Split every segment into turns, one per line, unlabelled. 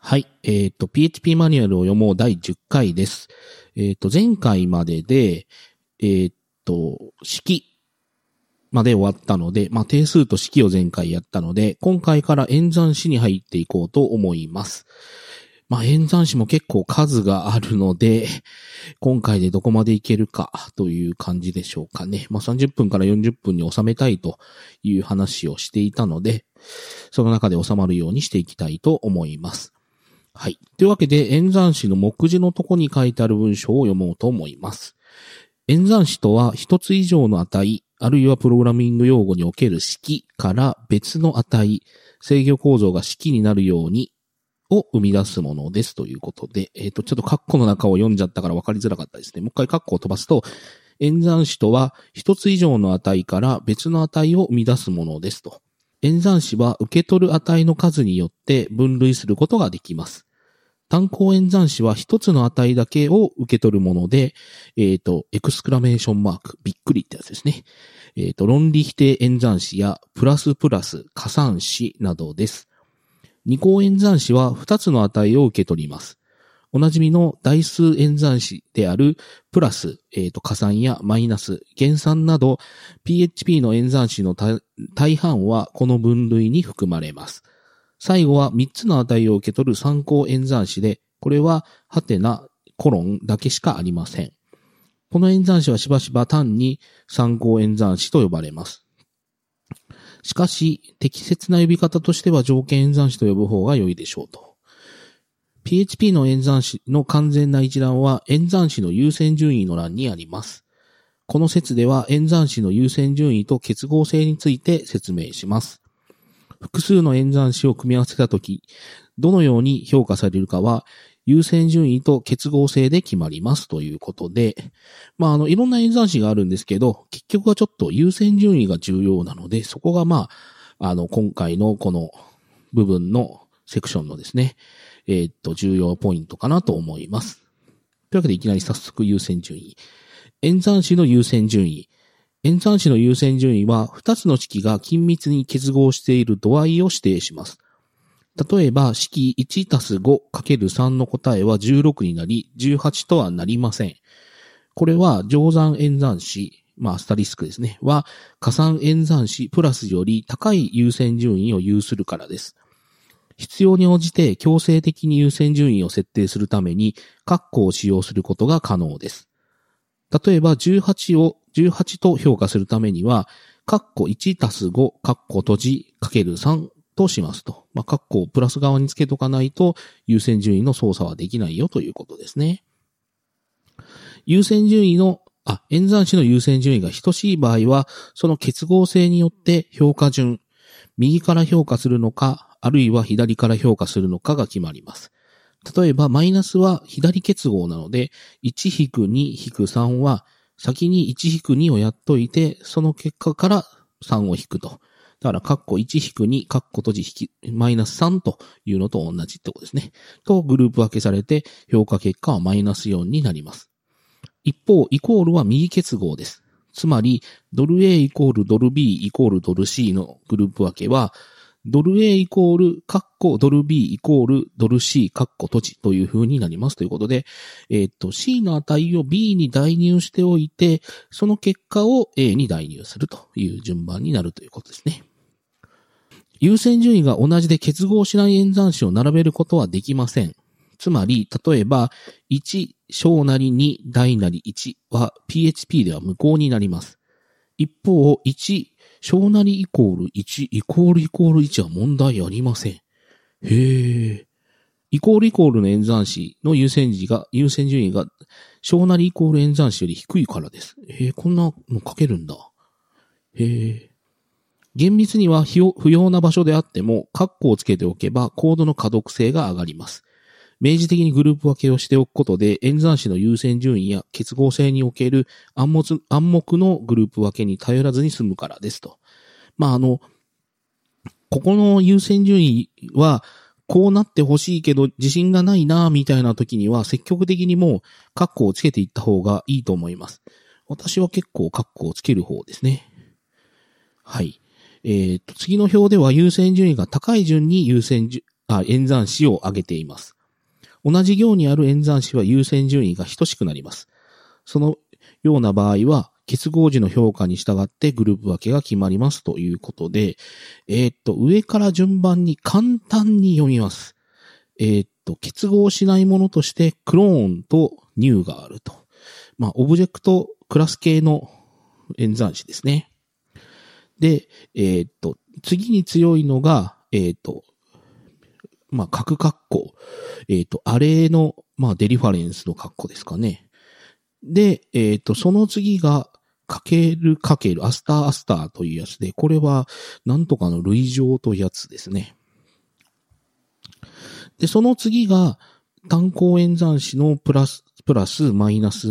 はい。PHP マニュアルを読もう第10回です。前回までで、式まで終わったので、定数と式を前回やったので、今回から演算子に入っていこうと思います。演算子も結構数があるので、今回でどこまでいけるかという感じでしょうかね。30分から40分に収めたいという話をしていたので、その中で収まるようにしていきたいと思います。はい。というわけで、演算子の目次のとこに書いてある文章を読もうと思います。演算子とは、一つ以上の値、あるいはプログラミング用語における式から別の値、制御構造が式になるように、を生み出すものですということで、ちょっと括弧の中を読んじゃったから分かりづらかったですね。もう一回括弧を飛ばすと、演算子とは、一つ以上の値から別の値を生み出すものですと。演算子は受け取る値の数によって分類することができます。単項演算子は一つの値だけを受け取るもので、エクスクラメーションマーク、びっくりってやつですね。論理否定演算子やプラスプラス、加算子などです。二項演算子は二つの値を受け取ります。おなじみの代数演算子であるプラス、加算やマイナス、減算など PHP の演算子の大半はこの分類に含まれます。最後は3つの値を受け取る参項演算子で、これはハテナ、コロンだけしかありません。この演算子はしばしば単に参項演算子と呼ばれます。しかし、適切な呼び方としては条件演算子と呼ぶ方が良いでしょうと。PHP の演算子の完全な一覧は演算子の優先順位の欄にあります。この説では演算子の優先順位と結合性について説明します。複数の演算子を組み合わせたとき、どのように評価されるかは、優先順位と結合性で決まりますということで、いろんな演算子があるんですけど、結局はちょっと優先順位が重要なので、そこが今回のこの部分のセクションのですね、重要ポイントかなと思います。というわけでいきなり早速優先順位。演算子の優先順位。演算子の優先順位は、2つの式が緊密に結合している度合いを指定します。例えば、式 1+5×3 の答えは16になり、18とはなりません。これは、乗算演算子、アスタリスクですね、は、加算演算子プラスより高い優先順位を有するからです。必要に応じて強制的に優先順位を設定するために、括弧を使用することが可能です。例えば、18と評価するためには、括弧 1+5、括弧閉じ、×3 としますと。括弧をプラス側につけとかないと、優先順位の操作はできないよということですね。演算子の優先順位が等しい場合は、その結合性によって評価順、右から評価するのか、あるいは左から評価するのかが決まります。例えば、マイナスは左結合なので、1-2-3 は、先に 1-2 をやっといて、その結果から3を引くと。だから、括弧 1-2、括弧閉じマイナス3というのと同じってことですね。と、グループ分けされて、評価結果はマイナス4になります。一方、イコールは右結合です。つまり、ドル A イコールドル B イコールドル C のグループ分けは、ドル A イコール、括弧ドル B イコールドル C、括弧閉じという風になりますということで、C の値を B に代入しておいて、その結果を A に代入するという順番になるということですね。優先順位が同じで結合しない演算子を並べることはできません。つまり、例えば、1小なり2大なり1は PHP では無効になります。一方、1小なりイコール1イコールイコール1は問題ありません。イコールイコールの演算子の優先順位が小なりイコール演算子より低いからです。こんなの書けるんだ。厳密には不要な場所であっても、括弧をつけておけばコードの可読性が上がります。明示的にグループ分けをしておくことで、演算子の優先順位や結合性における暗黙のグループ分けに頼らずに済むからですと。ここの優先順位は、こうなってほしいけど自信がないなみたいな時には積極的にもう括弧をつけていった方がいいと思います。私は結構括弧をつける方ですね。はい。次の表では優先順位が高い順に優先演算子を挙げています。同じ行にある演算子は優先順位が等しくなります。そのような場合は、結合時の評価に従ってグループ分けが決まりますということで、上から順番に簡単に読みます。結合しないものとしてクローンとニューがあると。オブジェクトクラス系の演算子ですね。で、次に強いのが、各括弧、アレイの、デリファレンスの括弧ですかね。で、その次が、かける、アスターというやつで、これは、なんとかの類乗というやつですね。で、その次が、単項演算子のプラス、マイナス、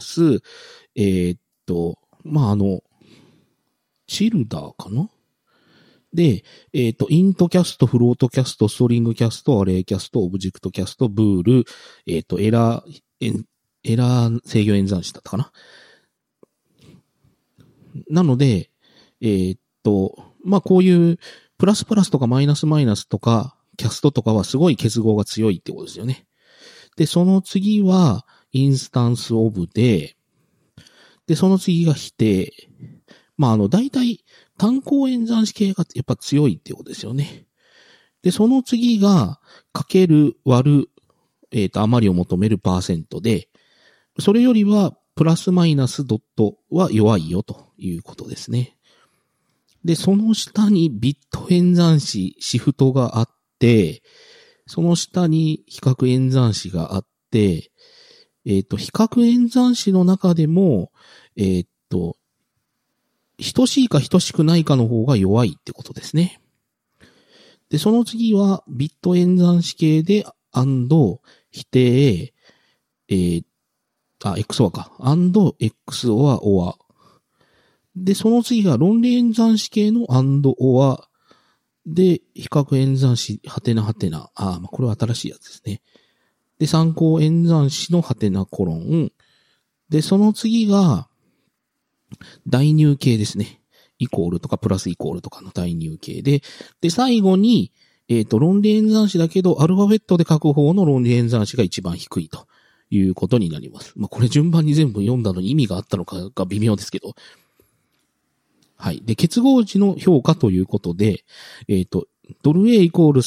チルダーかなで、イントキャスト、フロートキャスト、ストリングキャスト、アレイキャスト、オブジェクトキャスト、ブール、エラー制御演算子だったかな。なので、こういうプラスとかマイナスとか、キャストとかはすごい結合が強いってことですよね。で、その次は、インスタンスオブで、その次が否定。大体、単項演算子系がやっぱ強いっていうことですよね。で、その次が、かける、割る、余りを求めるパーセントで、それよりは、プラスマイナスドットは弱いよということですね。で、その下にビット演算子、シフトがあって、その下に比較演算子があって、比較演算子の中でも、等しいか等しくないかの方が弱いってことですね。で、その次は、ビット演算子系で、否定、XOR か。XOR OR。で、その次が論理演算子系のOR。で、比較演算子、はてな。これは新しいやつですね。で、参考演算子のはてなコロン。で、その次が、代入系ですね。イコールとかプラスイコールとかの代入系で、最後に、論理演算子だけど、アルファベットで書く方の論理演算子が一番低いということになります。これ順番に全部読んだのに意味があったのかが微妙ですけど。はい。で、結合時の評価ということで、ドル A イコール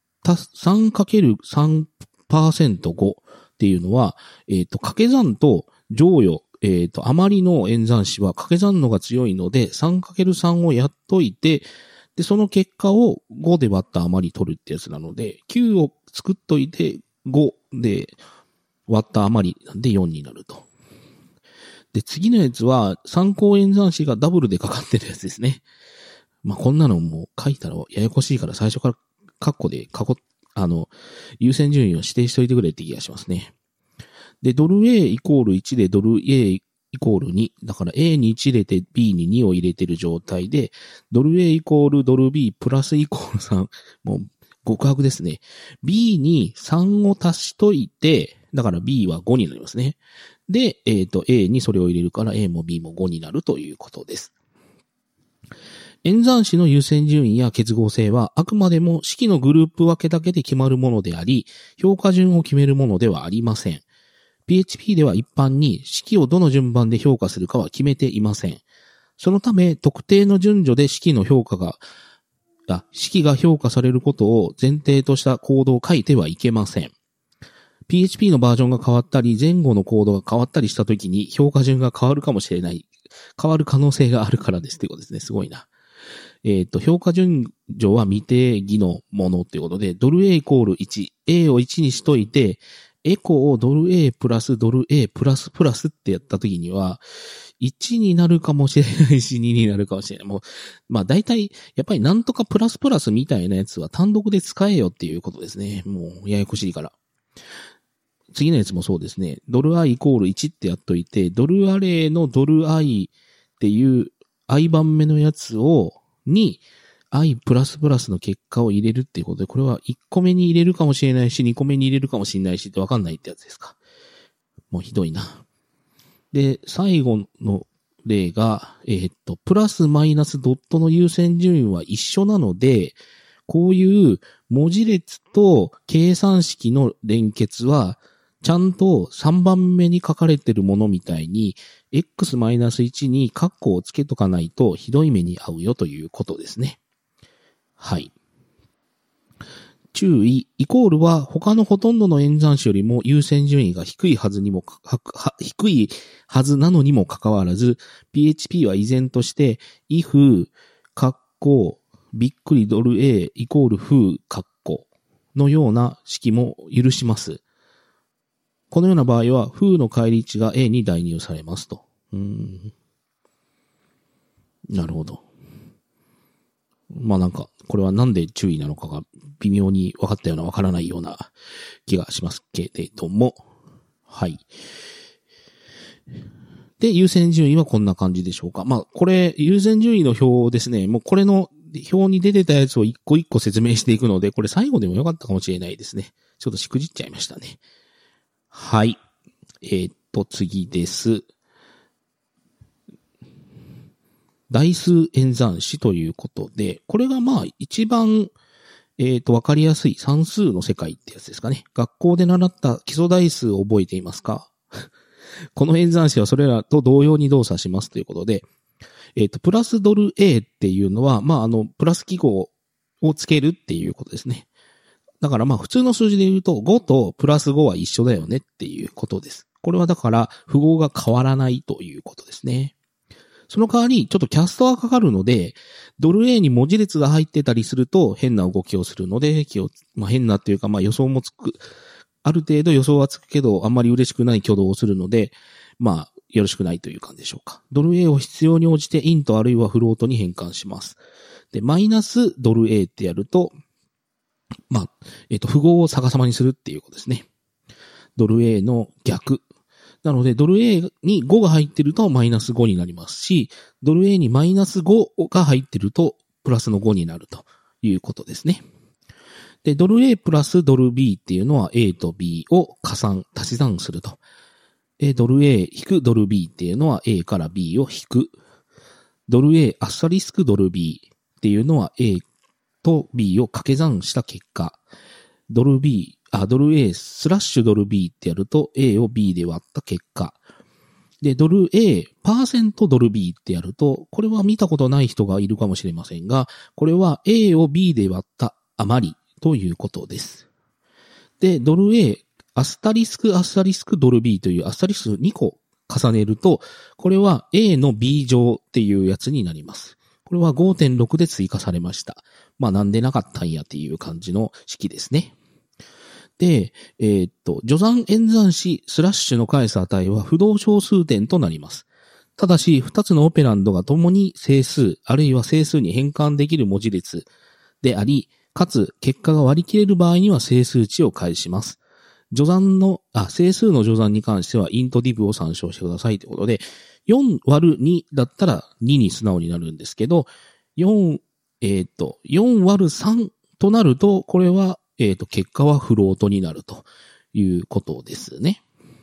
3×3%5 っていうのは、掛け算と乗与、余りの演算子は掛け算のが強いので、3×3 をやっといて、で、その結果を5で割った余り取るってやつなので、9を作っといて5で割った余りなんで4になると。で、次のやつは参考演算子がダブルでかかってるやつですね。こんなのも書いたらややこしいから最初からカッコで優先順位を指定しといてくれって気がしますね。で、ドル A イコール1でドル A イコール2。だから A に1入れて B に2を入れてる状態で、ドル A イコールドル B プラスイコール3。もう、極悪ですね。B に3を足しといて、だから B は5になりますね。で、A にそれを入れるから A も B も5になるということです。演算子の優先順位や結合性はあくまでも式のグループ分けだけで決まるものであり、評価順を決めるものではありません。PHP では一般に式をどの順番で評価するかは決めていません。そのため、特定の順序で式が評価されることを前提としたコードを書いてはいけません。PHP のバージョンが変わったり、前後のコードが変わったりしたときに評価順が変わるかもしれない。変わる可能性があるからですってことですね。すごいな。評価順序は未定義のものっていうことで、ドル A イコール1、A を1にしといて、エコをドル A プラスドル A プラスプラスってやったときには、1になるかもしれないし、2になるかもしれない。もう、大体、やっぱりなんとかプラスプラスみたいなやつは単独で使えよっていうことですね。もう、ややこしいから。次のやつもそうですね。ドル I イコール1ってやっといて、ドルアレイのドル I っていう I 番目のやつに I プラスプラスの結果を入れるっていうことで、これは1個目に入れるかもしれないし、2個目に入れるかもしれないしってわかんないってやつですか。もうひどいな。で、最後の例が、プラスマイナスドットの優先順位は一緒なので、 こういう文字列と計算式の連結は、ちゃんと3番目に書かれてるものみたいに、x-1 に括弧をつけとかないとひどい目に遭うよということですね。はい。注意、イコールは他のほとんどの演算子よりも優先順位が低いはずなのにもかかわらず、PHP は依然として、if、括弧、びっくりドル A イコールfoo、括弧のような式も許します。このような場合は、foo の返り値が A に代入されますと。なるほど。まあなんか、これはなんで注意なのかが微妙に分かったような分からないような気がしますけれども。はい。で、優先順位はこんな感じでしょうか。まあ、これ、優先順位の表ですね。もうこれの表に出てたやつを一個一個説明していくので、これ最後でもよかったかもしれないですね。ちょっとしくじっちゃいましたね。はい。次です。代数演算子ということで、これがまあ一番、わかりやすい算数の世界ってやつですかね。学校で習った基礎代数を覚えていますか？この演算子はそれらと同様に動作しますということで、プラスドル A っていうのは、まあプラス記号をつけるっていうことですね。だからまあ普通の数字で言うと5とプラス5は一緒だよねっていうことです。これはだから符号が変わらないということですね。その代わりちょっとキャストがかかるので、ドル A に文字列が入ってたりすると変な動きをするので、変なっていうかまあ予想もつく、ある程度予想はつくけどあんまり嬉しくない挙動をするので、まあよろしくないという感じでしょうか。ドル A を必要に応じてイントあるいはフロートに変換します。で、マイナスドル A ってやると、まあ、符号を逆さまにするっていうことですね。ドル A の逆。なので、ドル A に5が入ってるとマイナス5になりますし、ドル A にマイナス5が入ってるとプラスの5になるということですね。で、ドル A プラスドル B っていうのは A と B を足し算すると。ドル A 引くドル B っていうのは A から B を引く。ドル A アッサリスクドル B っていうのは A と B を掛け算した結果、ドル A スラッシュドル B ってやると A を B で割った結果。で、ドル A パーセントドル B ってやると、これは見たことない人がいるかもしれませんが、これは A を B で割った余りということです。で、ドル A アスタリスクドル B というアスタリスク2個重ねると、これは A の B 乗っていうやつになります。これは 5.6 で追加されました。まあなんでなかったんやっていう感じの式ですね。で、序算演算子スラッシュの返す値は不動小数点となります。ただし、2つのオペランドが共に整数、あるいは整数に変換できる文字列であり、かつ結果が割り切れる場合には整数値を返します。整数の序算に関してはイント div を参照してくださいということで、4割る2だったら2に素直になるんですけど、4割る3となると、これは、結果はフロートになるということですね。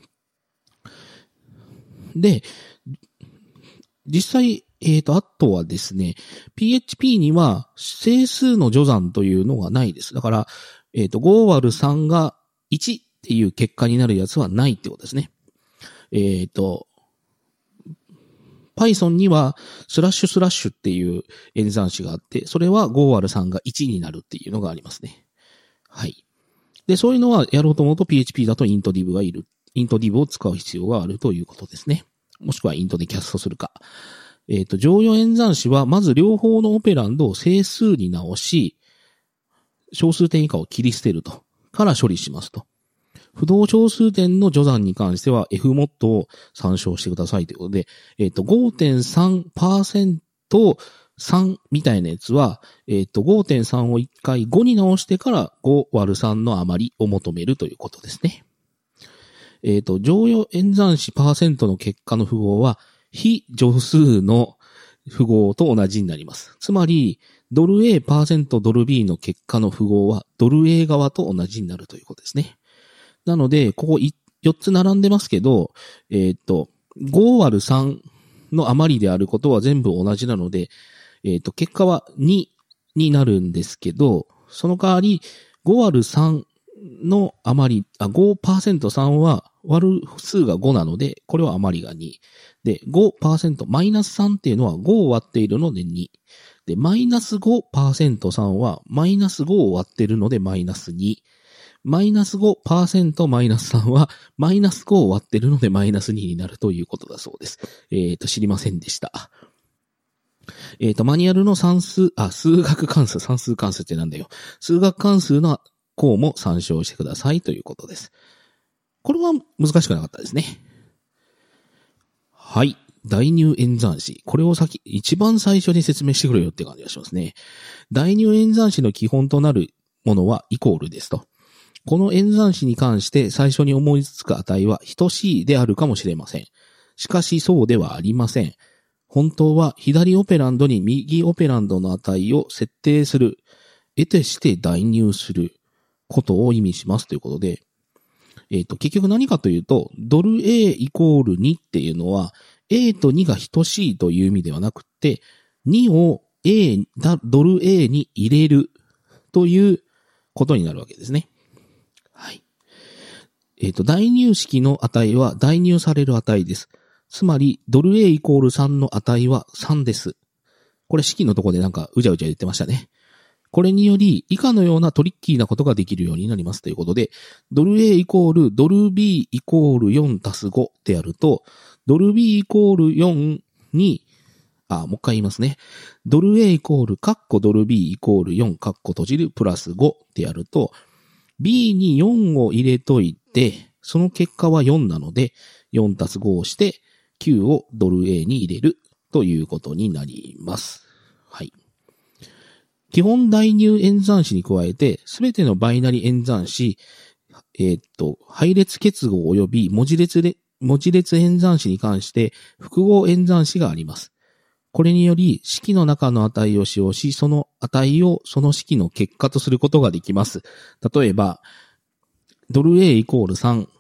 で、実際、あとはですね、PHP には整数の序算というのがないです。だから、5割る3が1っていう結果になるやつはないってことですね。Python にはスラッシュっていう演算子があって、それは5割る3が1になるっていうのがありますね。はい。で、そういうのはやろうと思うと PHP だとイント div がいる。イント div を使う必要があるということですね。もしくはイントでキャストするか。常用演算子はまず両方のオペランドを整数に直し、小数点以下を切り捨てると。から処理しますと。不動小数点の序算に関しては Fmod を参照してくださいということで、5.3% 3みたいなやつは、5.3 を1回5に直してから5割る3の余りを求めるということですね。常用演算子パーセントの結果の符号は非助数の符号と同じになります。つまり、ドル A パーセントドル B の結果の符号はドル A 側と同じになるということですね。なので、ここ4つ並んでますけど、5割る3の余りであることは全部同じなので、結果は2になるんですけど、 その代わり、5割る3の余り、5%3 は割る数が5なので、これは余りが2。で、5%、マイナス3っていうのは5を割っているので2。で、マイナス 5%3 はマイナス5を割っているのでマイナス2。マイナス 5% マイナス3はマイナス5を割っているのでマイナス2になるということだそうです。知りませんでした。マニュアルの数学関数、算数関数ってなんだよ。数学関数の項も参照してくださいということです。これは難しくなかったですね。はい。代入演算子。これを一番最初に説明してくれよって感じがしますね。代入演算子の基本となるものはイコールですと。この演算子に関して最初に思いつく値は等しいであるかもしれません。しかしそうではありません。本当は左オペランドに右オペランドの値を設定する、得てして代入することを意味しますということで、結局何かというと、ドル A イコール2っていうのは、A と2が等しいという意味ではなくて、2をドル A に入れるということになるわけですね。はい。代入式の値は代入される値です。つまり、ドル A イコール3の値は3です。これ式のところでなんかうじゃうじゃ言ってましたね。これにより、以下のようなトリッキーなことができるようになりますということで、ドル A イコールドル B イコール4足す5でやると、ドル B イコール4に、もう一回言いますね。ドル A イコール、カッコドル B イコール4、カッコ閉じるプラス5ってやると、B に4を入れといて、その結果は4なので、4足す5をして、9をドル A に入れるということになります。はい。基本代入演算子に加えて、すべてのバイナリ演算子、配列結合及び文字列演算子に関して複合演算子があります。これにより式の中の値を使用し、その値をその式の結果とすることができます。例えば、ドル A イコール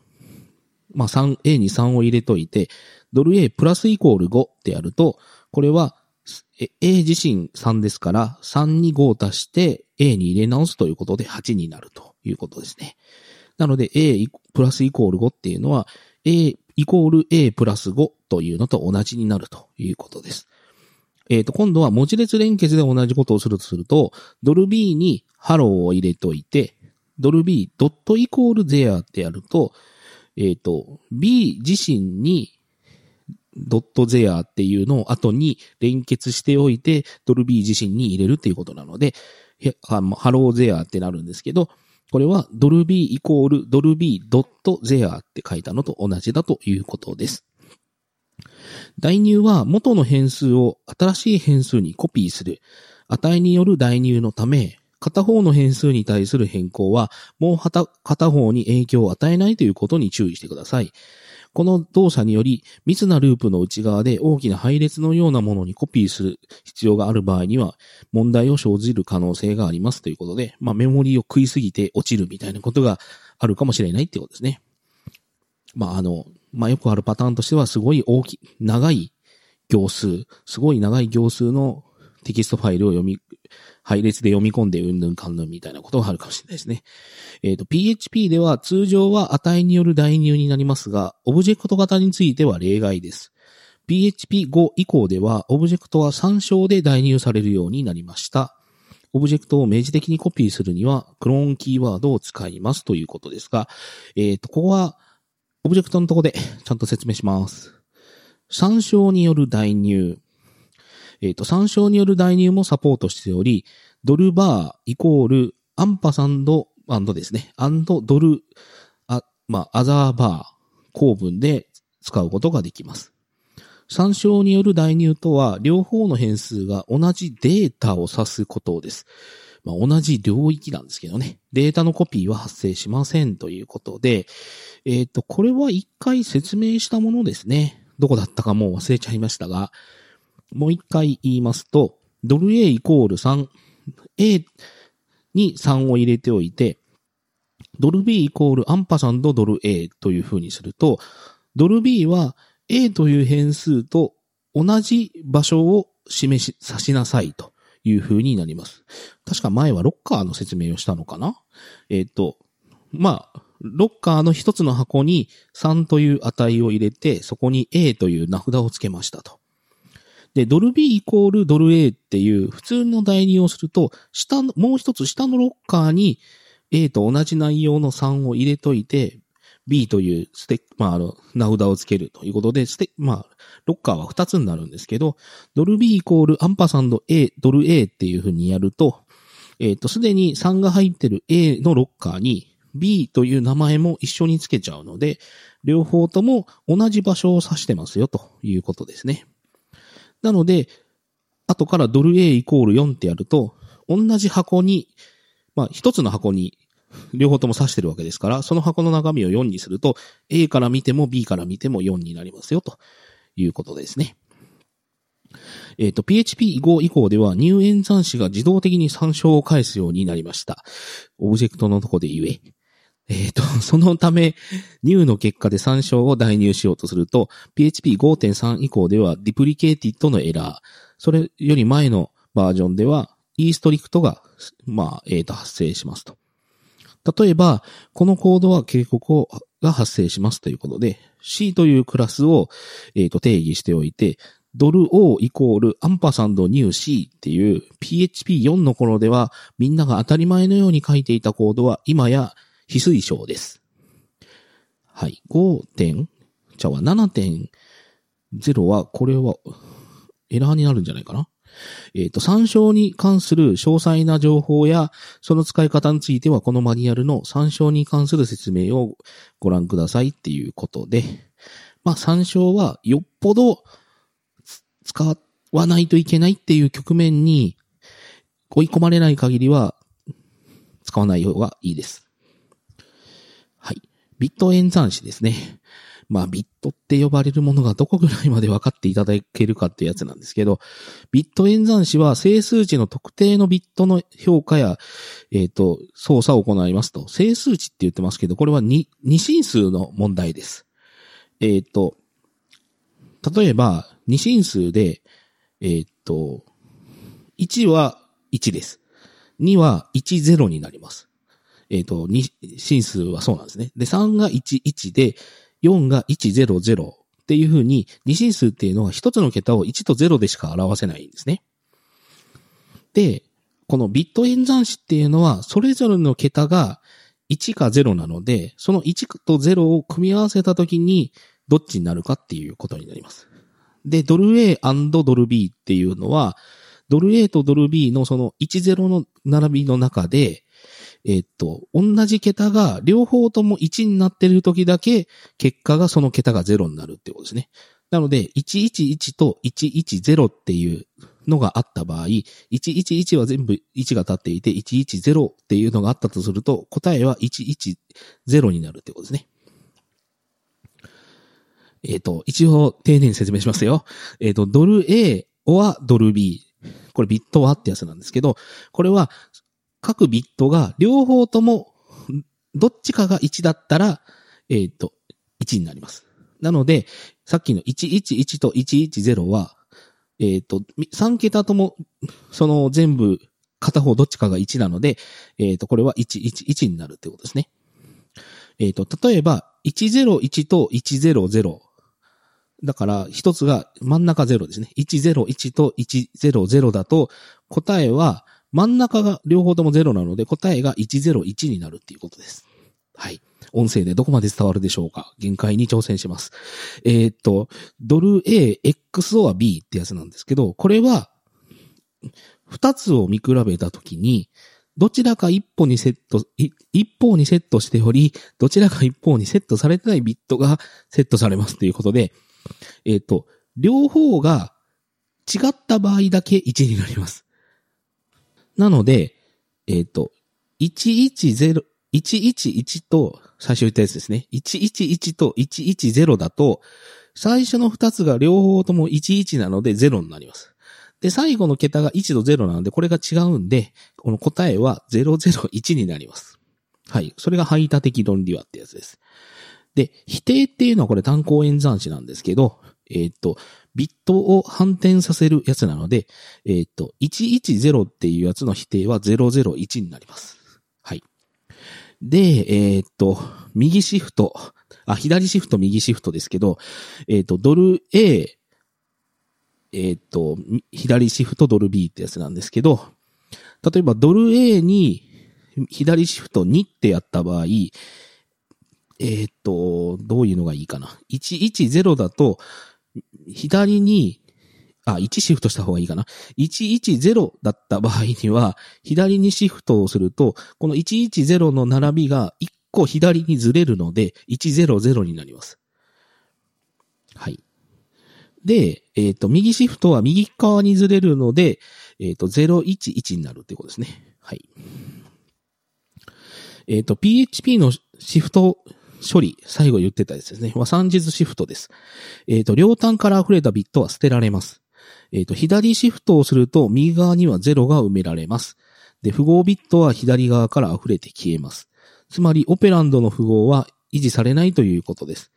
3。A に3を入れといて、ドル A プラスイコール5ってやると、これはA 自身3ですから、3に5足して A に入れ直すということで8になるということですね。なので A プラスイコール5っていうのは A イコール A プラス5というのと同じになるということです。今度は文字列連結で同じことをするとすると、ドル B にハローを入れといて、ドル B ドットイコール there ってやると、B 自身にドットゼアっていうのを後に連結しておいて、ドル B 自身に入れるっていうことなので、ハローゼアってなるんですけど、これはドル B イコールドル B ドットゼアって書いたのと同じだということです。代入は元の変数を新しい変数にコピーする値による代入のため、片方の変数に対する変更はもう片方に影響を与えないということに注意してください。この動作により密なループの内側で大きな配列のようなものにコピーする必要がある場合には問題を生じる可能性がありますということで、メモリを食いすぎて落ちるみたいなことがあるかもしれないってことですね。よくあるパターンとしてはすごい長い行数のテキストファイルを配列で読み込んでうんぬんかんぬんみたいなことがあるかもしれないですね。PHP では通常は値による代入になりますが、オブジェクト型については例外です。PHP5 以降では、オブジェクトは参照で代入されるようになりました。オブジェクトを明示的にコピーするには、クローンキーワードを使いますということですが、ここは、オブジェクトのところでちゃんと説明します。参照による代入。参照による代入もサポートしており、ドルバーイコールアンパサンドですね。ドル、アザーバー構文で使うことができます。参照による代入とは、両方の変数が同じデータを指すことです。同じ領域なんですけどね。データのコピーは発生しませんということで、これは一回説明したものですね。どこだったかもう忘れちゃいましたが、もう一回言いますと、ドル A イコール3、A に3を入れておいて、ドル B イコールアンパサンドドル A という風にすると、ドル B は A という変数と同じ場所を指しなさいという風になります。確か前はロッカーの説明をしたのかな？ロッカーの一つの箱に3という値を入れて、そこに A という名札をつけましたと。で、ドル B イコールドル A っていう普通の代入をすると、もう一つ下のロッカーに A と同じ内容の3を入れといて、B という名札をつけるということで、ロッカーは2つになるんですけど、ドル B イコールアンパサンド A、ドル A っていう風にやると、すでに3が入ってる A のロッカーに B という名前も一緒につけちゃうので、両方とも同じ場所を指してますよということですね。なので、後からドル A イコール4ってやると、同じ箱に、一つの箱に両方とも指してるわけですから、その箱の中身を4にすると、A から見ても B から見ても4になりますよということですね。PHP5 以降では入演算子が自動的に参照を返すようになりました。オブジェクトのとこで言え。そのため、入の結果で参照を代入しようとすると、PHP5.3 以降ではディプリケーティッドのエラー。それより前のバージョンでは、イーストリクトが、発生しますと。例えば、このコードは警告が発生しますということで、C というクラスを、定義しておいて、ドル O イコールアンパサンドニュー C っていう PHP4 の頃ではみんなが当たり前のように書いていたコードは今や非推奨です。はい。7.0 はこれはエラーになるんじゃないかな。参照に関する詳細な情報やその使い方についてはこのマニュアルの参照に関する説明をご覧くださいっていうことで、参照はよっぽど使わないといけないっていう局面に追い込まれない限りは使わない方がいいです。はい。ビット演算子ですね。ビットって呼ばれるものがどこぐらいまで分かっていただけるかってやつなんですけど、ビット演算子は整数値の特定のビットの評価や、操作を行いますと。整数値って言ってますけど、これは二進数の問題です。例えば、二進数で、1は1です。2は10になります。二進数はそうなんですね。で、3が11で、4が100っていう風に、二進数っていうのは一つの桁を1と0でしか表せないんですね。で、このビット演算子っていうのは、それぞれの桁が1か0なので、その1と0を組み合わせたときに、どっちになるかっていうことになります。で、ドル A& ドル B っていうのは、ドル A とドル B のその10の並びの中で、同じ桁が両方とも1になっているときだけ、結果がその桁が0になるってことですね。なので、111と110っていうのがあった場合、111は全部1が立っていて、110っていうのがあったとすると、答えは110になるってことですね。一応丁寧に説明しますよ。ドル A はドル B。これビットはってやつなんですけど、これは各ビットが両方ともどっちかが1だったら、1になります。なので、さっきの111と110は、3桁とも、その全部片方どっちかが1なので、これは111になるってことですね。例えば、101と100。だから、一つが真ん中0ですね。101と100だと、答えは真ん中が両方とも0なので、答えが101になるっていうことです。はい。音声でどこまで伝わるでしょうか？限界に挑戦します。ドル A、XOR B ってやつなんですけど、これは、二つを見比べたときに、どちらか一方にセットしており、どちらか一方にセットされてないビットがセットされますということで、両方が違った場合だけ1になります。なので、111と、最初言ったやつですね。111と110だと、最初の2つが両方とも11なので0になります。で、最後の桁が1と0なので、これが違うんで、この答えは001になります。はい。それが排他的論理和ってやつです。で、否定っていうのはこれ単項演算子なんですけど、 ビットを反転させるやつなので、110っていうやつの否定は001になります。はい。で、右シフト、左シフト、右シフトですけど、ドル A、左シフト、ドル B ってやつなんですけど、例えばドル A に左シフト2ってやった場合、どういうのがいいかな。110だと、左に、1シフトした方がいいかな。110だった場合には、左にシフトをすると、この110の並びが1個左にずれるので、100になります。はい。で、右シフトは右側にずれるので、011になるってことですね。はい。PHP のシフト処理、最後言ってたやつですね。は3実シフトです。両端から溢れたビットは捨てられます。左シフトをすると右側には0が埋められます。で、符号ビットは左側から溢れて消えます。つまり、オペランドの符号は維持されないということです。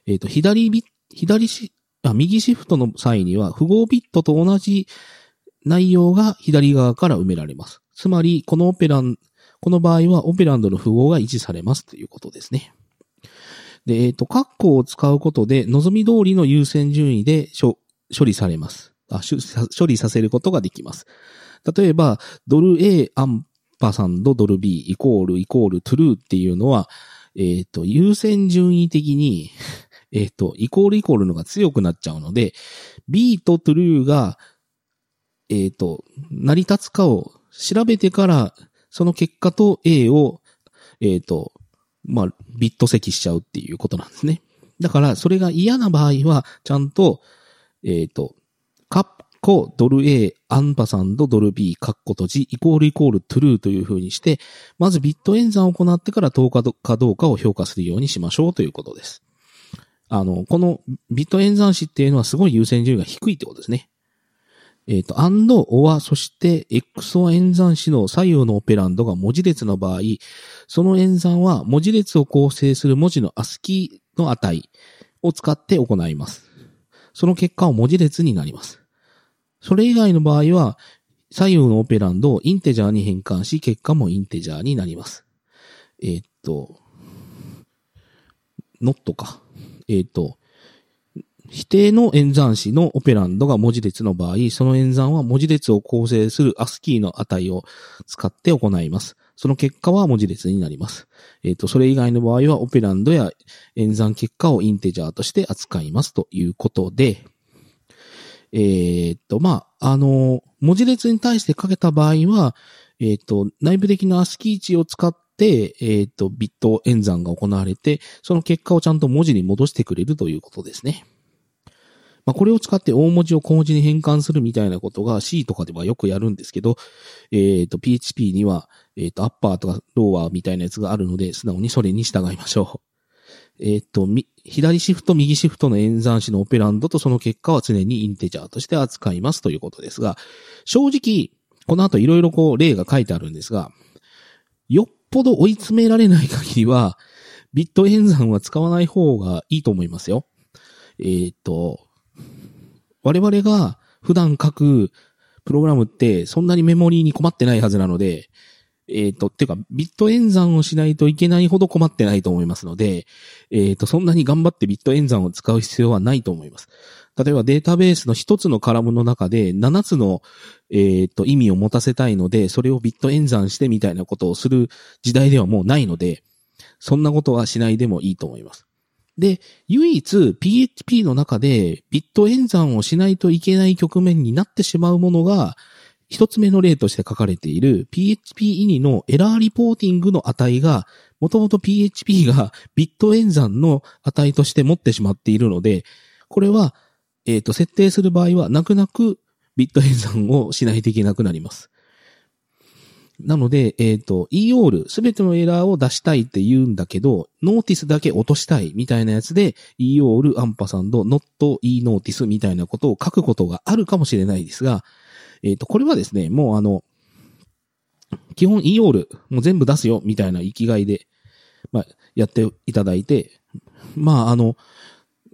右シフトの際には符号ビットと同じ内容が左側から埋められます。つまり、この場合はオペランドの符号が維持されますということですね。で、括弧を使うことで望み通りの優先順位で処理されます。処理させることができます。例えば、ドル A アンパサンドドル B イコールトゥルーっていうのは、優先順位的にイコールのが強くなっちゃうので、B とトゥルーが、成り立つかを調べてから、その結果と A を、ビット積しちゃうっていうことなんですね。だから、それが嫌な場合は、ちゃんと、カッコドル A アンパサンドドル B カッコ閉じイコールトゥルーという風にして、まずビット演算を行ってから等かどうかを評価するようにしましょうということです。このビット演算子っていうのはすごい優先順位が低いってことですね。and, or, そして XOR 演算子の左右のオペランドが文字列の場合、その演算は文字列を構成する文字の ASCII の値を使って行います。その結果は文字列になります。それ以外の場合は、左右のオペランドをインテジャーに変換し、結果もインテジャーになります。not か。否定の演算子のオペランドが文字列の場合、その演算は文字列を構成する ASCII の値を使って行います。その結果は文字列になります。それ以外の場合はオペランドや演算結果をインテジャーとして扱いますということで、文字列に対してかけた場合は、内部的な ASCII 値を使って、ビット演算が行われて、その結果をちゃんと文字に戻してくれるということですね。これを使って大文字を小文字に変換するみたいなことが C とかではよくやるんですけど、PHP には、アッパーとかローワーみたいなやつがあるので、素直にそれに従いましょう。左シフト、右シフトの演算子のオペランドとその結果は常にインテジャーとして扱いますということですが、正直、この後いろいろ例が書いてあるんですが、よっぽど追い詰められない限りは、ビット演算は使わない方がいいと思いますよ。我々が普段書くプログラムってそんなにメモリーに困ってないはずなので、てか、ビット演算をしないといけないほど困ってないと思いますので、そんなに頑張ってビット演算を使う必要はないと思います。例えばデータベースの一つのカラムの中で7つの、意味を持たせたいので、それをビット演算してみたいなことをする時代ではもうないので、そんなことはしないでもいいと思います。で、唯一 PHP の中でビット演算をしないといけない局面になってしまうものが、一つ目の例として書かれている PHP イニのエラーリポーティングの値が、もともと PHP がビット演算の値として持ってしまっているので、これは、設定する場合は泣く泣くビット演算をしないといけなくなります。なので、EOL、すべてのエラーを出したいって言うんだけど、ノーティスだけ落としたいみたいなやつで、EOL アンパサンド not eNotice みたいなことを書くことがあるかもしれないですが、これはですね、もう基本 EOL もう全部出すよみたいな生きがいで、やっていただいて、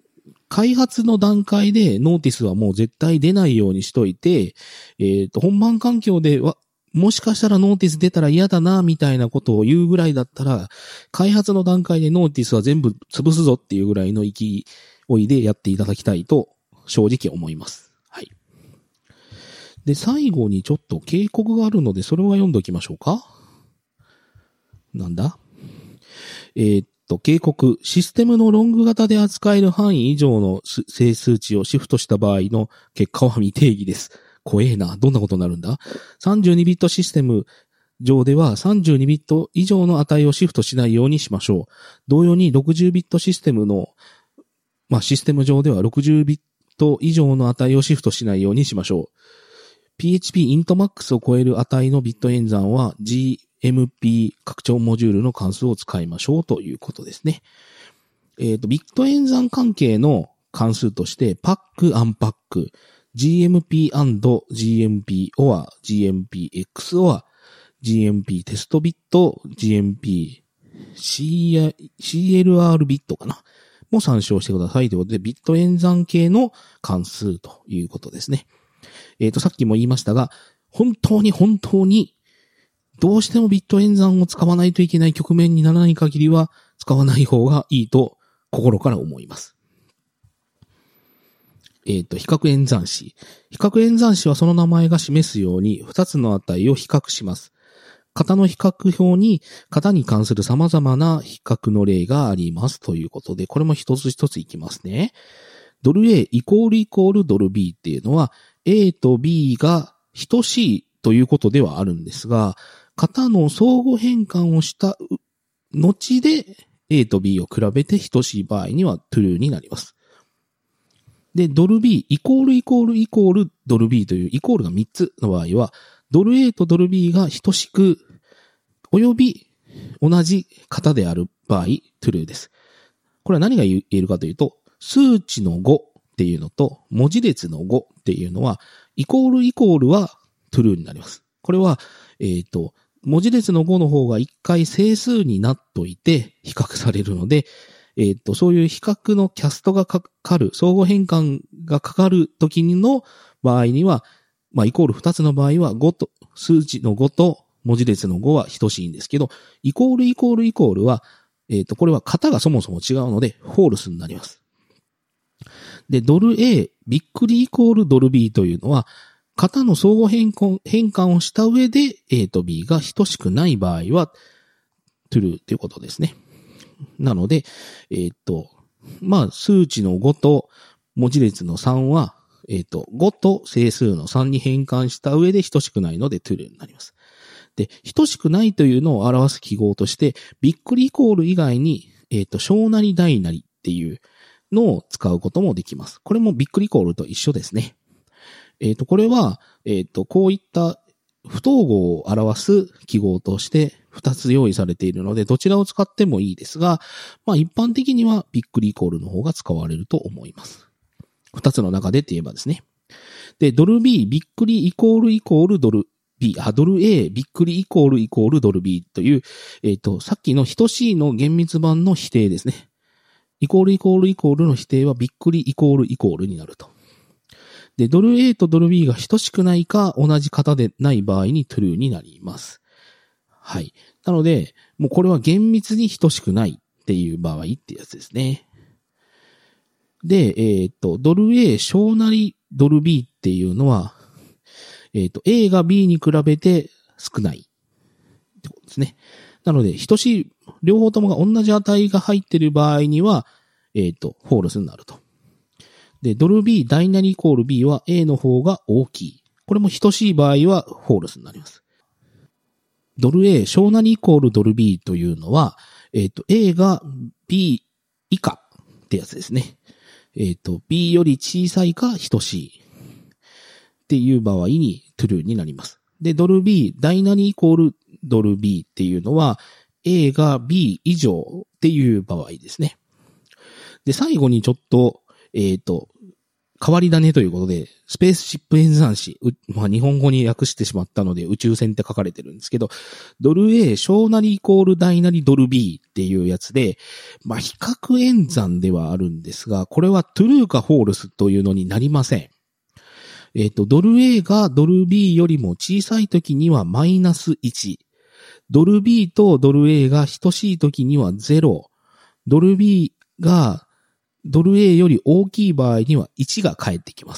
開発の段階でノーティスはもう絶対出ないようにしといて、本番環境では、もしかしたらノーティス出たら嫌だな、みたいなことを言うぐらいだったら、開発の段階でノーティスは全部潰すぞっていうぐらいの勢いでやっていただきたいと、正直思います。はい。で、最後にちょっと警告があるので、それは読んでおきましょうか。なんだ？警告。システムのロング型で扱える範囲以上の整数値をシフトした場合の結果は未定義です。怖えな。どんなことになるんだ？ 32 ビットシステム上では32ビット以上の値をシフトしないようにしましょう。同様に60ビットシステムの、システム上では60ビット以上の値をシフトしないようにしましょう。PHP IntMax を超える値のビット演算は GMP 拡張モジュールの関数を使いましょうということですね。ビット演算関係の関数として、パック、アンパック、GMP& GMP or GMPX or GMP テストビット、GMP CLR ビットかなも参照してくださいということで、ビット演算系の関数ということですね。さっきも言いましたが、本当にどうしてもビット演算を使わないといけない局面にならない限りは使わない方がいいと心から思います。比較演算子。比較演算子はその名前が示すように2つの値を比較します。型の比較表に型に関する様々な比較の例がありますということで、これも一つ一ついきますね。ドル A イコールドル B っていうのは A と B が等しいということではあるんですが、型の相互変換をした後で A と B を比べて等しい場合には true になります。で、ドル B イコールドル B というイコールが3つの場合は、ドル A とドル B が等しく、および同じ型である場合、true です。これは何が言えるかというと、数値の5っていうのと、文字列の5っていうのは、イコールは true になります。これは、文字列の5の方が一回整数になっといて比較されるので、そういう比較のキャストがかかる、相互変換がかかる時の場合には、イコール2つの場合は5と、数値の5と文字列の5は等しいんですけど、イコールは、これは型がそもそも違うので、フォールスになります。で、ドル A、びっくりイコールドル B というのは、型の相互変換をした上で A と B が等しくない場合は true ということですね。なので、数値の5と文字列の3は、5と整数の3に変換した上で等しくないので true になります。で、等しくないというのを表す記号として、びっくりイコール以外に、小なり大なりっていうのを使うこともできます。これもびっくりイコールと一緒ですね。これは、こういった不等号を表す記号として2つ用意されているので、どちらを使ってもいいですが、一般的にはびっくりイコールの方が使われると思います。2つの中でって言えばですね。で、ドル B、びっくりイコールドル B、ドル A、びっくりイコールドル B という、さっきの等しいの厳密版の否定ですね。イコールの否定はびっくりイコールになると。で、ドル A とドル B が等しくないか同じ型でない場合に true になります。はい。なので、もうこれは厳密に等しくないっていう場合ってやつですね。で、ドル A 小なりドル B っていうのは、A が B に比べて少ないってことですね。なので、等しい、両方ともが同じ値が入っている場合には、フォールスになると。で、ドル B 大なりイコール B は A の方が大きい。これも等しい場合はフォールスになります。ドル A 小なりイコールドル B というのは、A が B 以下ってやつですね。B より小さいか等しいっていう場合に true になります。で、ドル B 大なりイコールドル B っていうのは A が B 以上っていう場合ですね。で、最後にちょっと、 変わり種ということで、スペースシップ演算子、日本語に訳してしまったので宇宙船って書かれてるんですけど、ドル A 小なりイコール大なりドル B っていうやつで、比較演算ではあるんですが、これはトゥルーかフォールスというのになりません。ドル A がドル B よりも小さい時にはマイナス1。ドル B とドル A が等しい時には0。ドル B がドル A より大きい場合には1が返ってきます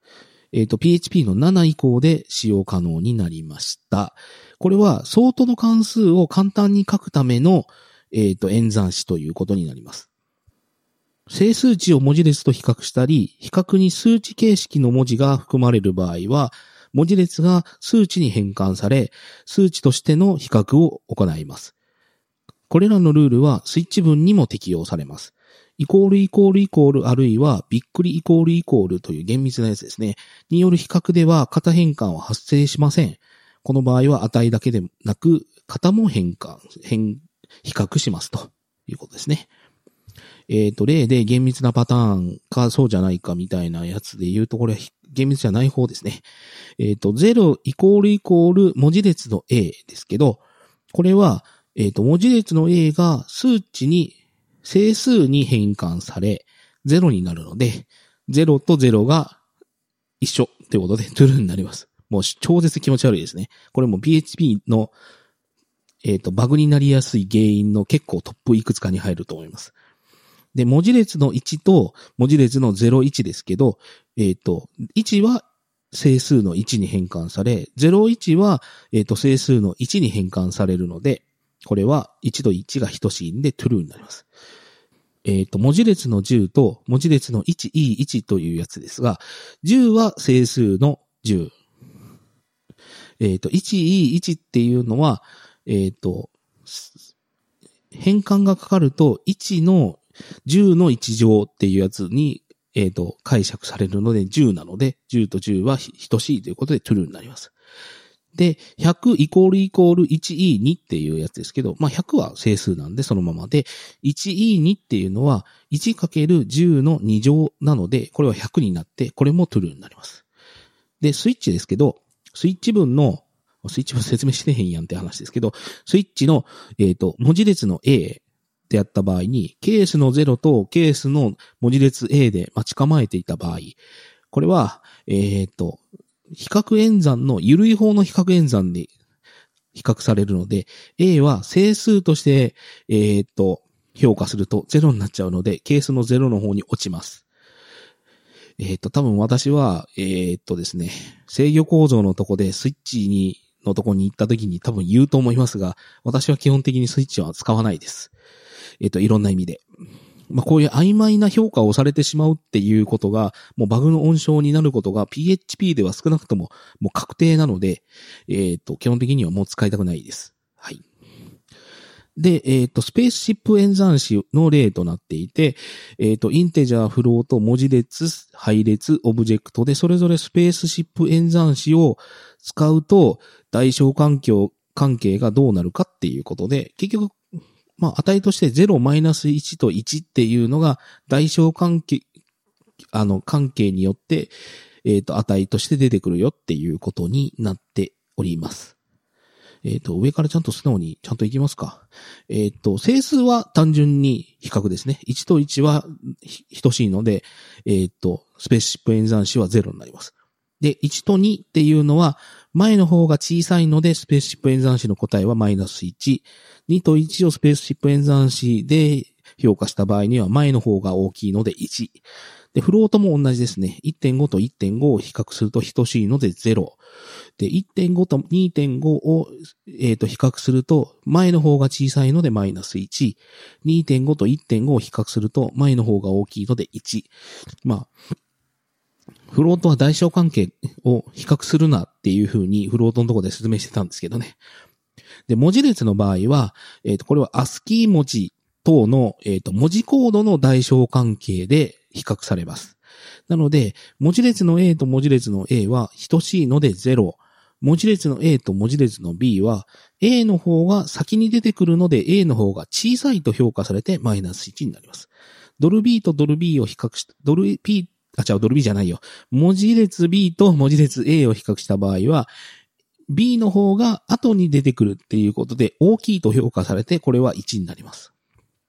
。PHP の7以降で使用可能になりました。これは相当の関数を簡単に書くための、演算子ということになります。整数値を文字列と比較したり、比較に数値形式の文字が含まれる場合は、文字列が数値に変換され、数値としての比較を行います。これらのルールはスイッチ文にも適用されます。イコールイコールイコールあるいはびっくりイコールイコールという厳密なやつですね。による比較では型変換は発生しません。この場合は値だけでなく、型も比較しますということですね。例で厳密なパターンかそうじゃないかみたいなやつで言うとこれは厳密じゃない方ですね。0イコールイコール文字列の A ですけど、これは、文字列の A が数値に整数に変換され0になるので、0と0が一緒ということで true になります。もう超絶気持ち悪いですね。これも PHP の、バグになりやすい原因の結構トップいくつかに入ると思います。で、文字列の1と文字列の01ですけど、1は整数の1に変換され、01は、整数の1に変換されるので、これは1と1が等しいんで true になります。文字列の10と文字列の 1E1 というやつですが、10は整数の10。1E1 っていうのは、変換がかかると1の10の1乗っていうやつに、解釈されるので10なので、10と10は等しいということで true になります。で、100イコールイコール 1E2 っていうやつですけど、100は整数なんでそのままで、1E2 っていうのは 1×10 の2乗なので、これは100になって、これも true になります。で、スイッチですけど、スイッチ文説明してへんやんって話ですけど、スイッチの、文字列の A でやった場合に、ケースの0とケースの文字列 A で待ち構えていた場合、これは、比較演算の緩い方の比較演算で比較されるので、A は整数として、評価すると0になっちゃうので、ケースの0の方に落ちます。多分私は、ですね、制御構造のとこでスイッチのとこに行った時に多分言うと思いますが、私は基本的にスイッチは使わないです。いろんな意味で。こういう曖昧な評価をされてしまうっていうことが、もうバグの温床になることが PHP では少なくとももう確定なので、基本的にはもう使いたくないです。はい。で、スペースシップ演算子の例となっていて、インテジャー、フロート、文字列、配列、オブジェクトで、それぞれスペースシップ演算子を使うと、代償関係がどうなるかっていうことで、結局、値として0、-1と1っていうのが、代償関係によって、値として出てくるよっていうことになっております。上からちゃんと素直にちゃんといきますか。整数は単純に比較ですね。1と1は等しいので、スペースシップ演算子は0になります。で、1と2っていうのは、前の方が小さいので、スペースシップ演算子の答えは-1。2と1をスペースシップ演算子で評価した場合には、前の方が大きいので1。で、フロートも同じですね。1.5 と 1.5 を比較すると等しいので0。で、1.5 と 2.5 を、比較すると、前の方が小さいので-1。2.5 と 1.5 を比較すると、前の方が大きいので1。フロートは代償関係を比較するなっていう風にフロートのところで説明してたんですけどね。で、文字列の場合は、これは ASCII 文字等の、文字コードの代償関係で比較されます。なので、文字列の A と文字列の A は等しいので0。文字列の A と文字列の B は A の方が先に出てくるので A の方が小さいと評価されて-1になります。ドル B とドル B を比較して、 ドル B じゃないよ。文字列 B と文字列 A を比較した場合は、B の方が後に出てくるっていうことで大きいと評価されて、これは1になります。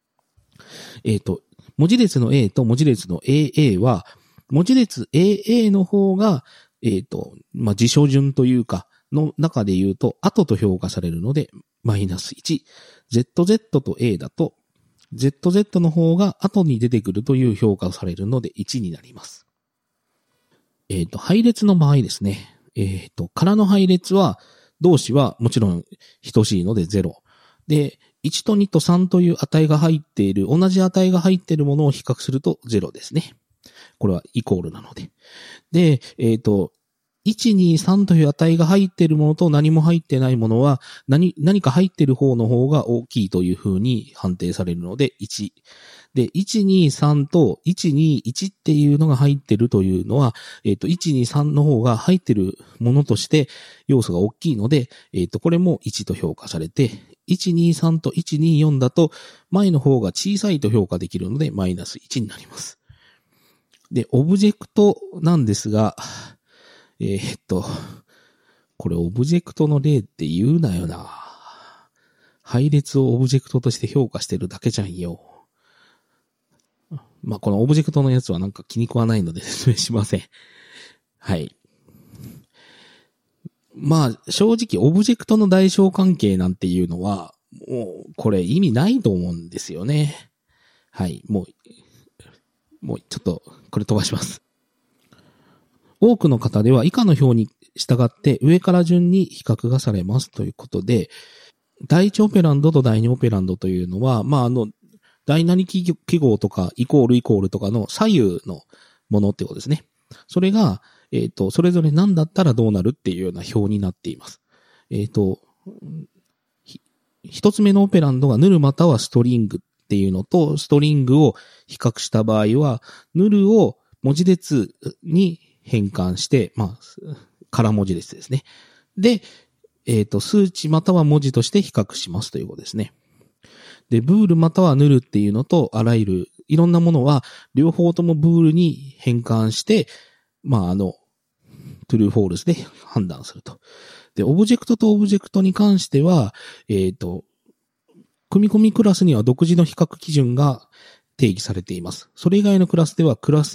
文字列の A と文字列の AA は、文字列 AA の方が、辞書順というか、の中で言うと、後と評価されるので、マイナス1。ZZ と A だと、ZZ の方が後に出てくるという評価されるので1になります。配列の場合ですね。空の配列は、同士はもちろん等しいので0。で、1と2と3という値が入っている、同じ値が入っているものを比較すると0ですね。これはイコールなので。で、1、2、3という値が入っているものと何も入っていないものは何か入っている方の方が大きいというふうに判定されるので1。で、1、2、3と1、2、1っていうのが入っているというのは、1、2、3の方が入っているものとして要素が大きいので、これも1と評価されて、1、2、3と1、2、4だと前の方が小さいと評価できるのでマイナス1になります。で、オブジェクトなんですが、これオブジェクトの例って言うなよな。配列をオブジェクトとして評価してるだけじゃんよ。まあ、このオブジェクトのやつはなんか気に食わないので説明しません。はい。まあ、正直オブジェクトの代償関係なんていうのは、もうこれ意味ないと思うんですよね。はい。もうちょっとこれ飛ばします。多くの方では以下の表に従って上から順に比較がされますということで、第一オペランドと第二オペランドというのは、第何記号とかイコールとかの左右のものってことですね。それが、それぞれ何だったらどうなるっていうような表になっています。一つ目のオペランドがヌルまたはストリングっていうのと、ストリングを比較した場合は、ヌルを文字列に変換して、空文字列ですね。で、数値または文字として比較しますということですね。で、ブールまたはヌルっていうのと、あらゆるいろんなものは、両方ともブールに変換して、トゥルーフォールスで判断すると。で、オブジェクトとオブジェクトに関しては、組み込みクラスには独自の比較基準が定義されています。それ以外のクラスは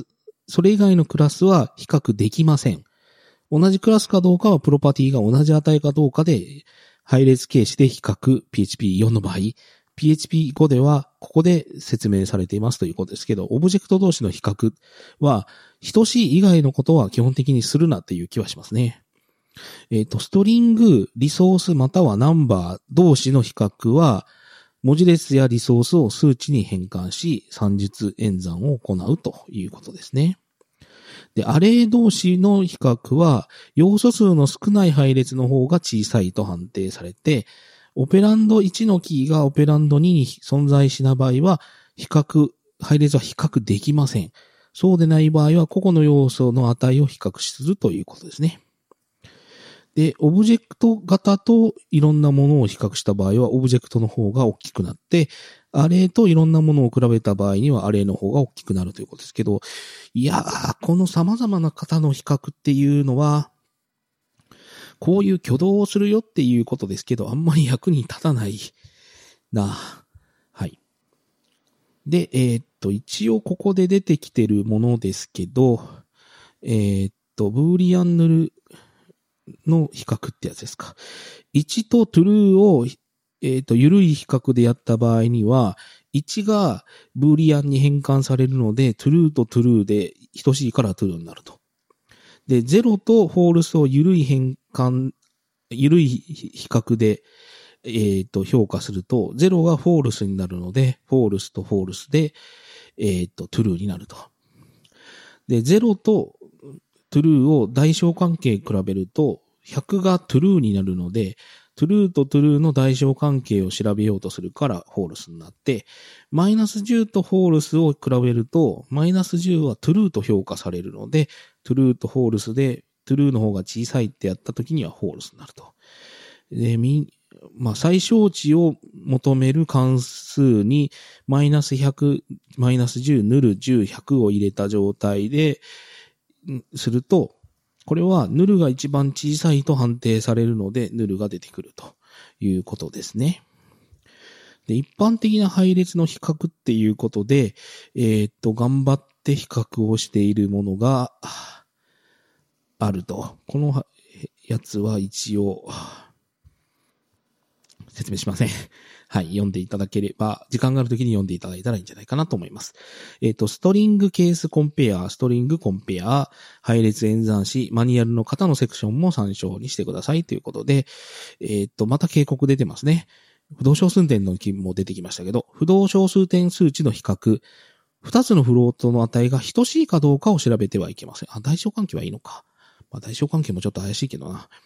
比較できません。同じクラスかどうかはプロパティが同じ値かどうかで配列形式で比較 PHP4 の場合、PHP5 ではここで説明されていますということですけど、オブジェクト同士の比較は等しい以外のことは基本的にするなっていう気はしますね。ストリング、リソースまたはナンバー同士の比較は文字列やリソースを数値に変換し、算術演算を行うということですね。で、アレイ同士の比較は、要素数の少ない配列の方が小さいと判定されて、オペランド1のキーがオペランド2に存在しない場合は、配列は比較できません。そうでない場合は、個々の要素の値を比較するということですね。で、オブジェクト型といろんなものを比較した場合は、オブジェクトの方が大きくなって、アレイといろんなものを比べた場合には、アレイの方が大きくなるということですけど、いやー、この様々な型の比較っていうのは、こういう挙動をするよっていうことですけど、あんまり役に立たないな。はい。で、一応ここで出てきてるものですけど、ブーリアンヌルの比較ってやつですか。1と true を、緩い比較でやった場合には、1がブーリアンに変換されるので、true と true で等しいから true になると。で、0と false を緩い比較で、評価すると、0が false になるので、false と false で、true になると。で、0と true を代償関係比べると、100が true になるので、true と true の代償関係を調べようとするから false になって、マイナス10と false を比べると、マイナス10は true と評価されるので、true と false で true の方が小さいってやった時には false になると。で、 最小値を求める関数にマイナス100、マイナス10、ヌル10、100を入れた状態ですると、これはヌルが一番小さいと判定されるので、ヌルが出てくるということですね。で、一般的な配列の比較っていうことで、頑張って比較をしているものがあると。このやつは一応、説明しません。はい、読んでいただければ、時間があるときに読んでいただいたらいいんじゃないかなと思います。ストリングケースコンペア、ストリングコンペア、配列演算子、マニュアルの型のセクションも参照にしてくださいということで、また警告出てますね。不動小数点の記も出てきましたけど、不動小数点数値の比較、二つのフロートの値が等しいかどうかを調べてはいけません。大小関係はいいのか。大小関係もちょっと怪しいけどな。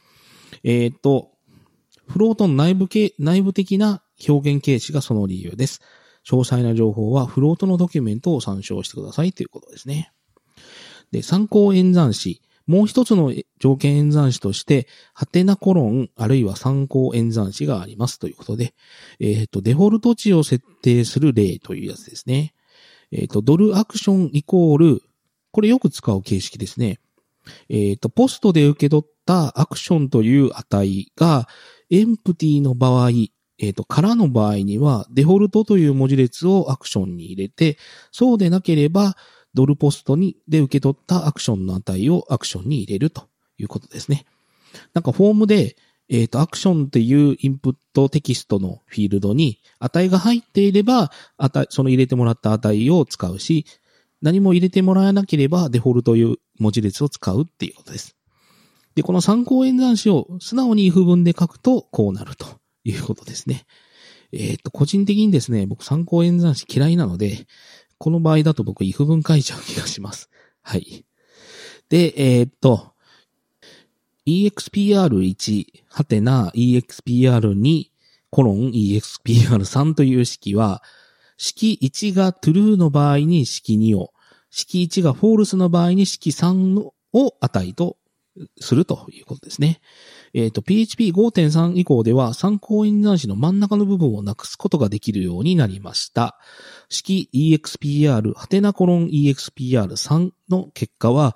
フロートの内部的な表現形式がその理由です。詳細な情報はフロートのドキュメントを参照してくださいということですね。で、参考演算子。もう一つの条件演算子として、ハテナコロンあるいは参考演算子がありますということで、デフォルト値を設定する例というやつですね。ドルアクションイコール、これよく使う形式ですね。ポストで受け取ったアクションという値が、エンプティの場合、からの場合には、デフォルトという文字列をアクションに入れて、そうでなければ、ドルポストで受け取ったアクションの値をアクションに入れるということですね。なんかフォームで、アクションっていうインプットテキストのフィールドに値が入っていれば、その入れてもらった値を使うし、何も入れてもらえなければデフォルトという文字列を使うっていうことです。で、この参考演算子を素直に if 文で書くとこうなるということですね。個人的にですね、僕参考演算子嫌いなので、この場合だと僕 if 文書いちゃう気がします。はい。で、expr1 はてな expr2 コロン expr3 という式は、式1が true の場合に式2を、式1が false の場合に式3を値とするということですね。PHP 5.3 以降では参考演算子の真ん中の部分をなくすことができるようになりました。式 expr はてなコロン expr3 の結果は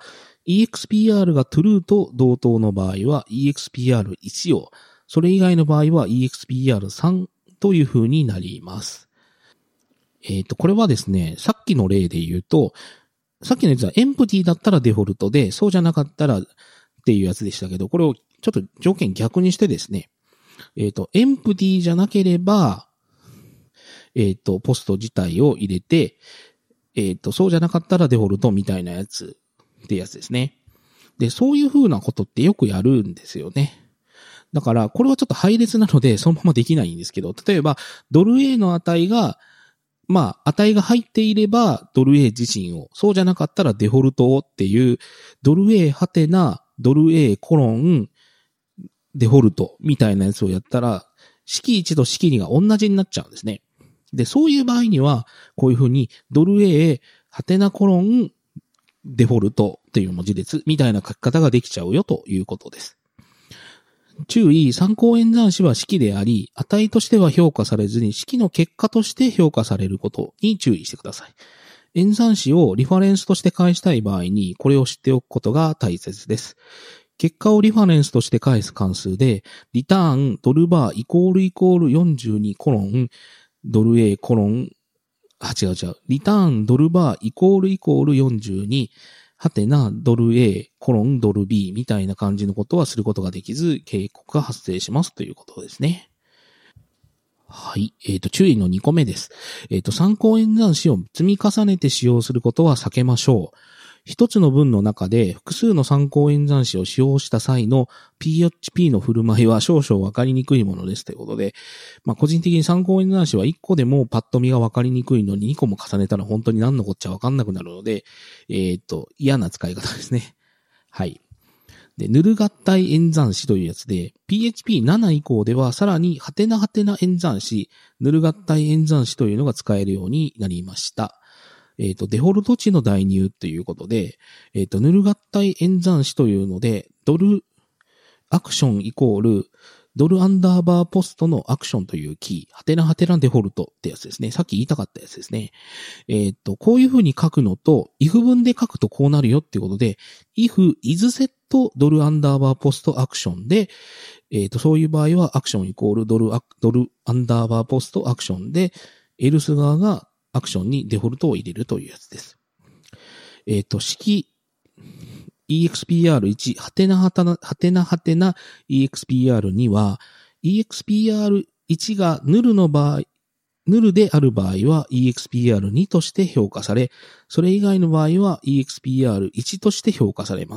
expr が true と同等の場合は expr1 を、それ以外の場合は expr3 という風になります。これはですね、さっきの例で言うと、さっきのやつはエンプティだったらデフォルトで、そうじゃなかったらっていうやつでしたけど、これをちょっと条件逆にしてですね、エンプティじゃなければ、ポスト自体を入れて、そうじゃなかったらデフォルトみたいなやつってやつですね。で、そういう風なことってよくやるんですよね。だから、これはちょっと配列なので、そのままできないんですけど、例えば、ドル A の値が、値が入っていれば、ドル A 自身を、そうじゃなかったらデフォルトをっていう、ドル A はてな、ドル A コロン、デフォルトみたいなやつをやったら、式1と式2が同じになっちゃうんですね。で、そういう場合には、こういうふうに、ドル A、はてなコロン、デフォルトっていう文字列みたいな書き方ができちゃうよということです。注意、参考演算子は式であり、値としては評価されずに式の結果として評価されることに注意してください。演算子をリファレンスとして返したい場合に、これを知っておくことが大切です。結果をリファレンスとして返す関数で、リターンドルバーイコールイコール42コロン、ドル A コロン、リターンドルバーイコールイコール42、はてな、ドル A、コロン、ドル B みたいな感じのことはすることができず、警告が発生しますということですね。はい。注意の2個目です。参考演算子を積み重ねて使用することは避けましょう。一つの文の中で複数の参考演算子を使用した際の PHP の振る舞いは少々わかりにくいものですということで、個人的に参考演算子は1個でもパッと見がわかりにくいのに2個も重ねたら本当に何のこっちゃわかんなくなるので、嫌な使い方ですね。はい。で、ヌル合体演算子というやつで、PHP7 以降ではさらにハテナハテナ演算子、ヌル合体演算子というのが使えるようになりました。デフォルト値の代入ということで、ヌル合体演算子というので、ドルアクションイコールドルアンダーバーポストのアクションというキー、ハテナハテナデフォルトってやつですね。さっき言いたかったやつですね。こういう風に書くのと、if 文で書くとこうなるよっていうことで、if is set ドルアンダーバーポストアクションで、そういう場合はアクションイコールドルアンダーバーポストアクションで、else 側がアクションにデフォルトを入れるというやつです。式、expr1、ハテナハテナ expr2 は、expr1 がヌルである場合は expr2 として評価され、それ以外の場合は expr1 として評価されます。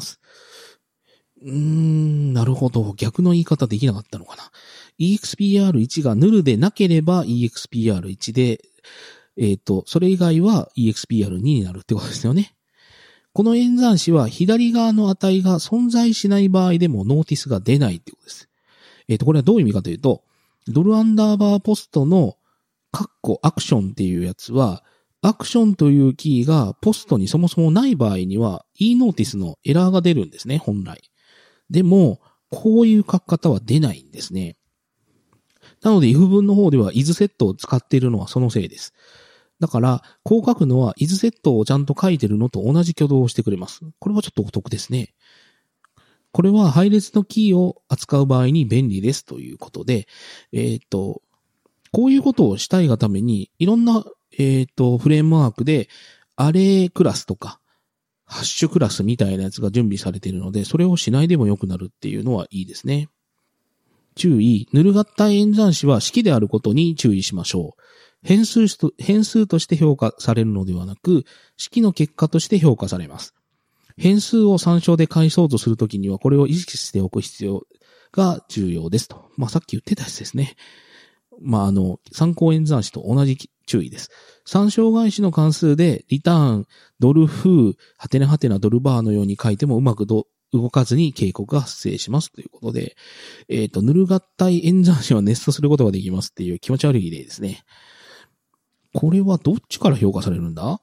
なるほど。逆の言い方できなかったのかな。expr1 がヌルでなければ expr1 で、それ以外は expr2 になるってことですよね。この演算子は左側の値が存在しない場合でもノーティスが出ないってことです。これはどういう意味かというと、ドルアンダーバーポストのアクションっていうやつは、アクションというキーがポストにそもそもない場合には e-notice のエラーが出るんですね、本来。でも、こういう書き方は出ないんですね。なので if 文の方では is set を使っているのはそのせいです。だから、こう書くのは is set をちゃんと書いてるのと同じ挙動をしてくれます。これはちょっとお得ですね。これは配列のキーを扱う場合に便利ですということで、こういうことをしたいがために、いろんな、フレームワークで、アレイクラスとか、ハッシュクラスみたいなやつが準備されているので、それをしないでもよくなるっていうのはいいですね。注意、ヌル合体演算子は式であることに注意しましょう。変数として評価されるのではなく、式の結果として評価されます。変数を参照で返そうとするときには、これを意識しておく必要が重要ですと。さっき言ってたやつですね。参考演算子と同じ注意です。参照返しの関数で、リターン、ドルフー、ハテナハテナドルバーのように書いてもうまく動かずに警告が発生しますということで、ヌル合体演算子はネストすることができますっていう気持ち悪い例ですね。これはどっちから評価されるんだ？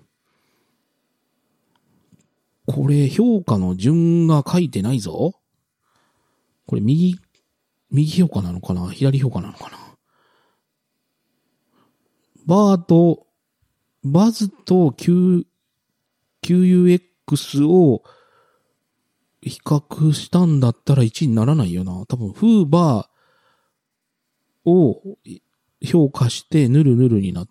これ評価の順が書いてないぞ。これ右評価なのかな？左評価なのかな？バズと QUX を比較したんだったら1にならないよな。多分、フーバーを評価してヌルになって、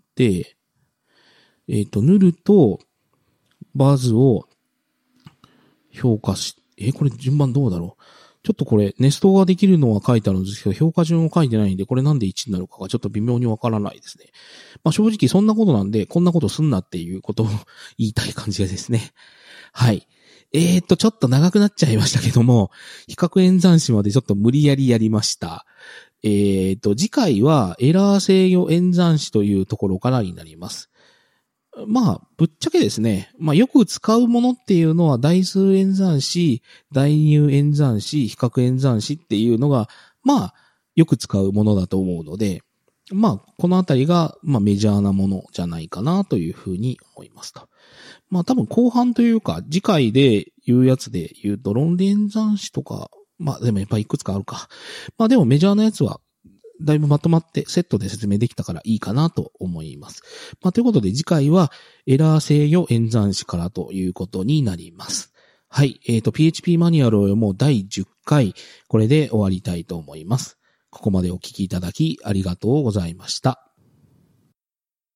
ヌルとバズを評価し、これ順番どうだろう。ちょっとこれ、ネストができるのは書いてあるんですけど、評価順を書いてないんで、これなんで1になるかがちょっと微妙にわからないですね。正直そんなことなんで、こんなことすんなっていうことを言いたい感じですね。はい。ちょっと長くなっちゃいましたけども、比較演算子までちょっと無理やりやりました。次回はエラー制御演算子というところからになります。ぶっちゃけですね、よく使うものっていうのは代数演算子、代入演算子、比較演算子っていうのが、よく使うものだと思うので、このあたりが、メジャーなものじゃないかなというふうに思いますと。多分後半というか、次回で言うやつで言うと、論理演算子とか、でもやっぱいくつかあるか。でもメジャーなやつは、だいぶまとまってセットで説明できたからいいかなと思います。ということで次回はエラー制御演算子からということになります。はい。PHP マニュアルを読もう第10回、これで終わりたいと思います。ここまでお聞きいただきありがとうございました。